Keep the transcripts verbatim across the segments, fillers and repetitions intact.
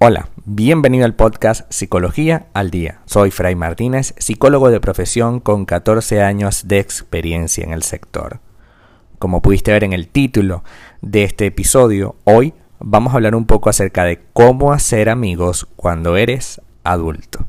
Hola, bienvenido al podcast Psicología al Día. Soy Fray Martínez, psicólogo de profesión con catorce años de experiencia en el sector. Como pudiste ver en el título de este episodio, hoy vamos a hablar un poco acerca de cómo hacer amigos cuando eres adulto.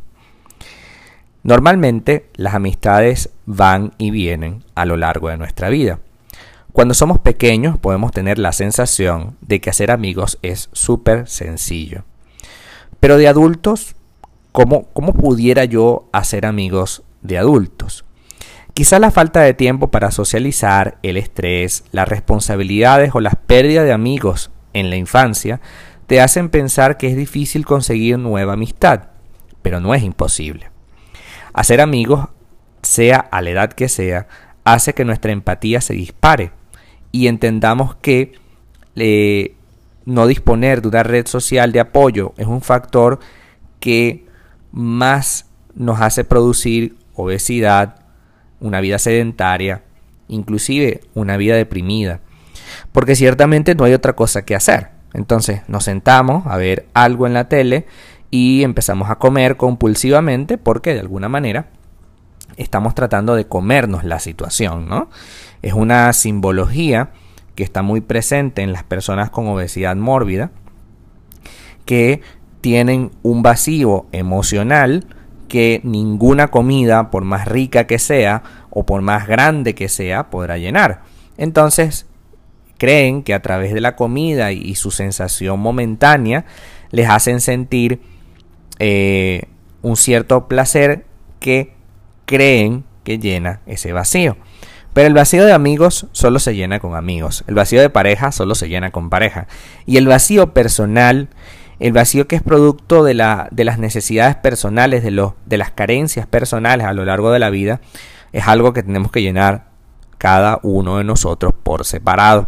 Normalmente las amistades van y vienen a lo largo de nuestra vida. Cuando somos pequeños podemos tener la sensación de que hacer amigos es súper sencillo. Pero de adultos, ¿cómo, ¿cómo pudiera yo hacer amigos de adultos? Quizá la falta de tiempo para socializar, el estrés, las responsabilidades o las pérdidas de amigos en la infancia te hacen pensar que es difícil conseguir nueva amistad, pero no es imposible. Hacer amigos, sea a la edad que sea, hace que nuestra empatía se dispare y entendamos que eh, no disponer de una red social de apoyo es un factor que más nos hace producir obesidad, una vida sedentaria, inclusive una vida deprimida, porque ciertamente no hay otra cosa que hacer. Entonces nos sentamos a ver algo en la tele y empezamos a comer compulsivamente porque de alguna manera estamos tratando de comernos la situación, ¿no? Es una simbología que está muy presente en las personas con obesidad mórbida, que tienen un vacío emocional que ninguna comida, por más rica que sea o por más grande que sea, podrá llenar. Entonces, creen que a través de la comida y su sensación momentánea les hacen sentir eh, un cierto placer que creen que llena ese vacío. Pero el vacío de amigos solo se llena con amigos. El vacío de pareja solo se llena con pareja. Y el vacío personal, el vacío que es producto de, la, de las necesidades personales, de, los, de las carencias personales a lo largo de la vida, es algo que tenemos que llenar cada uno de nosotros por separado.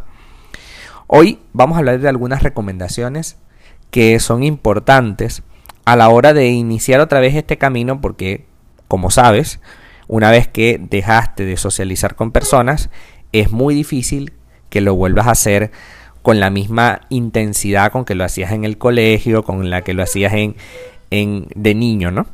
Hoy vamos a hablar de algunas recomendaciones que son importantes a la hora de iniciar otra vez este camino porque, como sabes, una vez que dejaste de socializar con personas, es muy difícil que lo vuelvas a hacer con la misma intensidad con que lo hacías en el colegio, con la que lo hacías en, en, de niño, ¿no?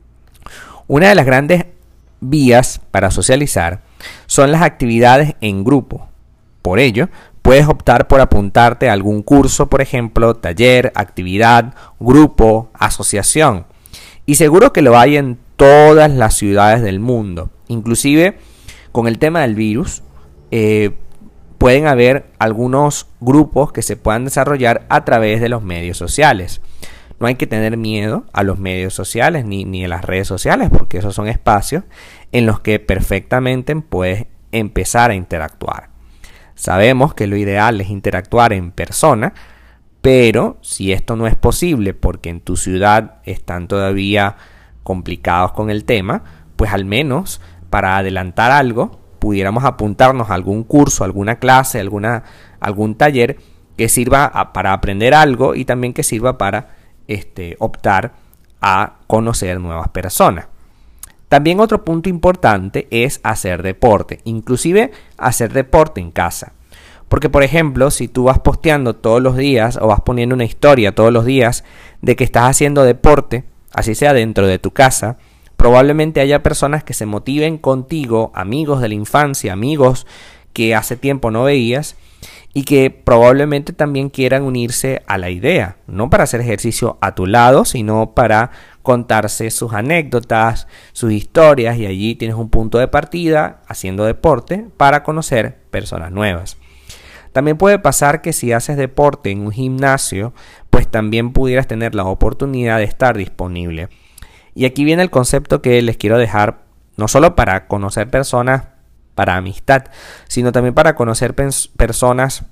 Una de las grandes vías para socializar son las actividades en grupo. Por ello, puedes optar por apuntarte a algún curso, por ejemplo, taller, actividad, grupo, asociación. Y seguro que lo hay en todas las ciudades del mundo. Inclusive con el tema del virus eh, pueden haber algunos grupos que se puedan desarrollar a través de los medios sociales. No hay que tener miedo a los medios sociales ni, ni a las redes sociales porque esos son espacios en los que perfectamente puedes empezar a interactuar. Sabemos que lo ideal es interactuar en persona, pero si esto no es posible porque en tu ciudad están todavía complicados con el tema, pues al menos para adelantar algo pudiéramos apuntarnos a algún curso, alguna clase, alguna, algún taller que sirva a, para aprender algo y también que sirva para este, optar a conocer nuevas personas. También otro punto importante es hacer deporte, inclusive hacer deporte en casa. Porque, por ejemplo, si tú vas posteando todos los días o vas poniendo una historia todos los días de que estás haciendo deporte, así sea dentro de tu casa, probablemente haya personas que se motiven contigo, amigos de la infancia, amigos que hace tiempo no veías y que probablemente también quieran unirse a la idea, no para hacer ejercicio a tu lado, sino para contarse sus anécdotas, sus historias y allí tienes un punto de partida haciendo deporte para conocer personas nuevas. También puede pasar que si haces deporte en un gimnasio, pues también pudieras tener la oportunidad de estar disponible. Y aquí viene el concepto que les quiero dejar, no solo para conocer personas para amistad, sino también para conocer pers- personas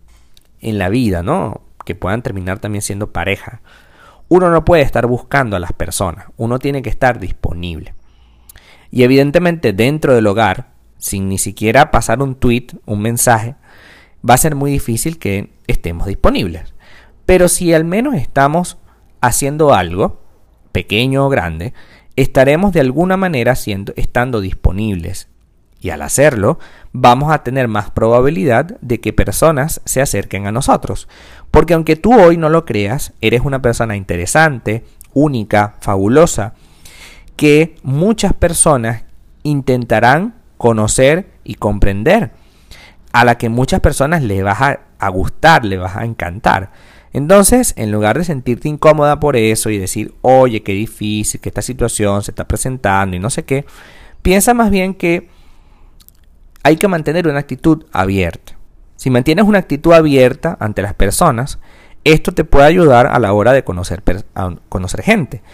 en la vida, ¿no? Que puedan terminar también siendo pareja. Uno no puede estar buscando a las personas, uno tiene que estar disponible. Y evidentemente dentro del hogar, sin ni siquiera pasar un tweet, un mensaje, va a ser muy difícil que estemos disponibles. Pero si al menos estamos haciendo algo, pequeño o grande, estaremos de alguna manera siendo, estando disponibles. Y al hacerlo, vamos a tener más probabilidad de que personas se acerquen a nosotros. Porque aunque tú hoy no lo creas, eres una persona interesante, única, fabulosa, que muchas personas intentarán conocer y comprender, a la que muchas personas les vas a, a gustar, les vas a encantar. Entonces, en lugar de sentirte incómoda por eso y decir, oye, qué difícil que esta situación se está presentando y no sé qué, piensa más bien que hay que mantener una actitud abierta. Si mantienes una actitud abierta ante las personas, esto te puede ayudar a la hora de conocer, a conocer gente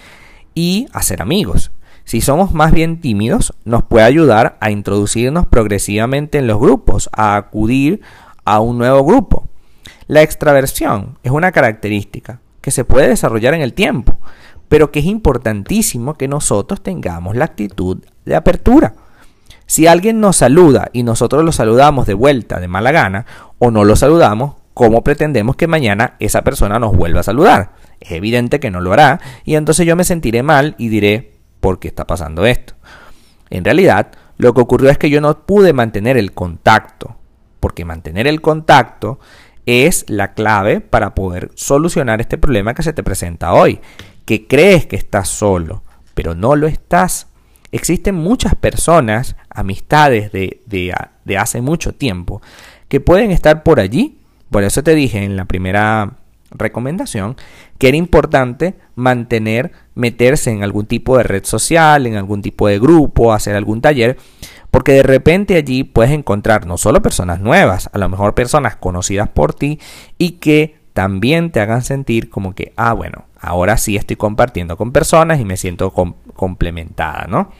y hacer amigos. Si somos más bien tímidos, nos puede ayudar a introducirnos progresivamente en los grupos, a acudir a un nuevo grupo. La extraversión es una característica que se puede desarrollar en el tiempo, pero que es importantísimo que nosotros tengamos la actitud de apertura. Si alguien nos saluda y nosotros lo saludamos de vuelta de mala gana o no lo saludamos, ¿cómo pretendemos que mañana esa persona nos vuelva a saludar? Es evidente que no lo hará y entonces yo me sentiré mal y diré, ¿por qué está pasando esto? En realidad, lo que ocurrió es que yo no pude mantener el contacto, porque mantener el contacto es la clave para poder solucionar este problema que se te presenta hoy, que crees que estás solo, pero no lo estás. Existen muchas personas, amistades de, de, de hace mucho tiempo, que pueden estar por allí. Por eso te dije en la primera recomendación que era importante mantener, meterse en algún tipo de red social, en algún tipo de grupo, hacer algún taller, porque de repente allí puedes encontrar no solo personas nuevas, a lo mejor personas conocidas por ti y que también te hagan sentir como que, ah, bueno, ahora sí estoy compartiendo con personas y me siento com- complementada, ¿no?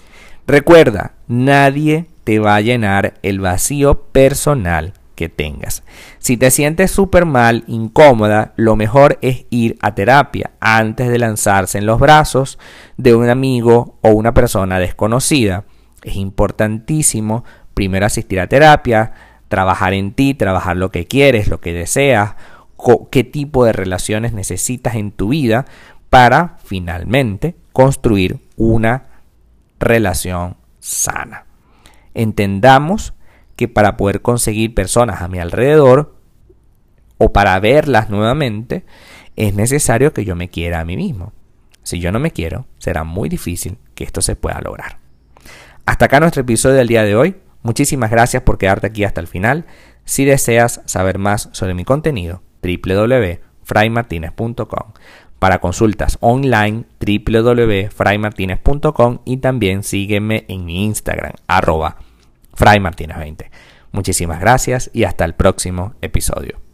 Recuerda, nadie te va a llenar el vacío personal que tengas. Si te sientes súper mal, incómoda, lo mejor es ir a terapia antes de lanzarse en los brazos de un amigo o una persona desconocida. Es importantísimo primero asistir a terapia, trabajar en ti, trabajar lo que quieres, lo que deseas, qué tipo de relaciones necesitas en tu vida para finalmente construir una relación sana. Entendamos que para poder conseguir personas a mi alrededor o para verlas nuevamente, es necesario que yo me quiera a mí mismo. Si yo no me quiero, será muy difícil que esto se pueda lograr. Hasta acá nuestro episodio del día de hoy. Muchísimas gracias por quedarte aquí hasta el final. Si deseas saber más sobre mi contenido, doble u doble u doble u punto fray martinez punto com. Para consultas online, doble u doble u doble u punto fray martinez punto com y también sígueme en mi Instagram, arroba fray martinez veinte. Muchísimas gracias y hasta el próximo episodio.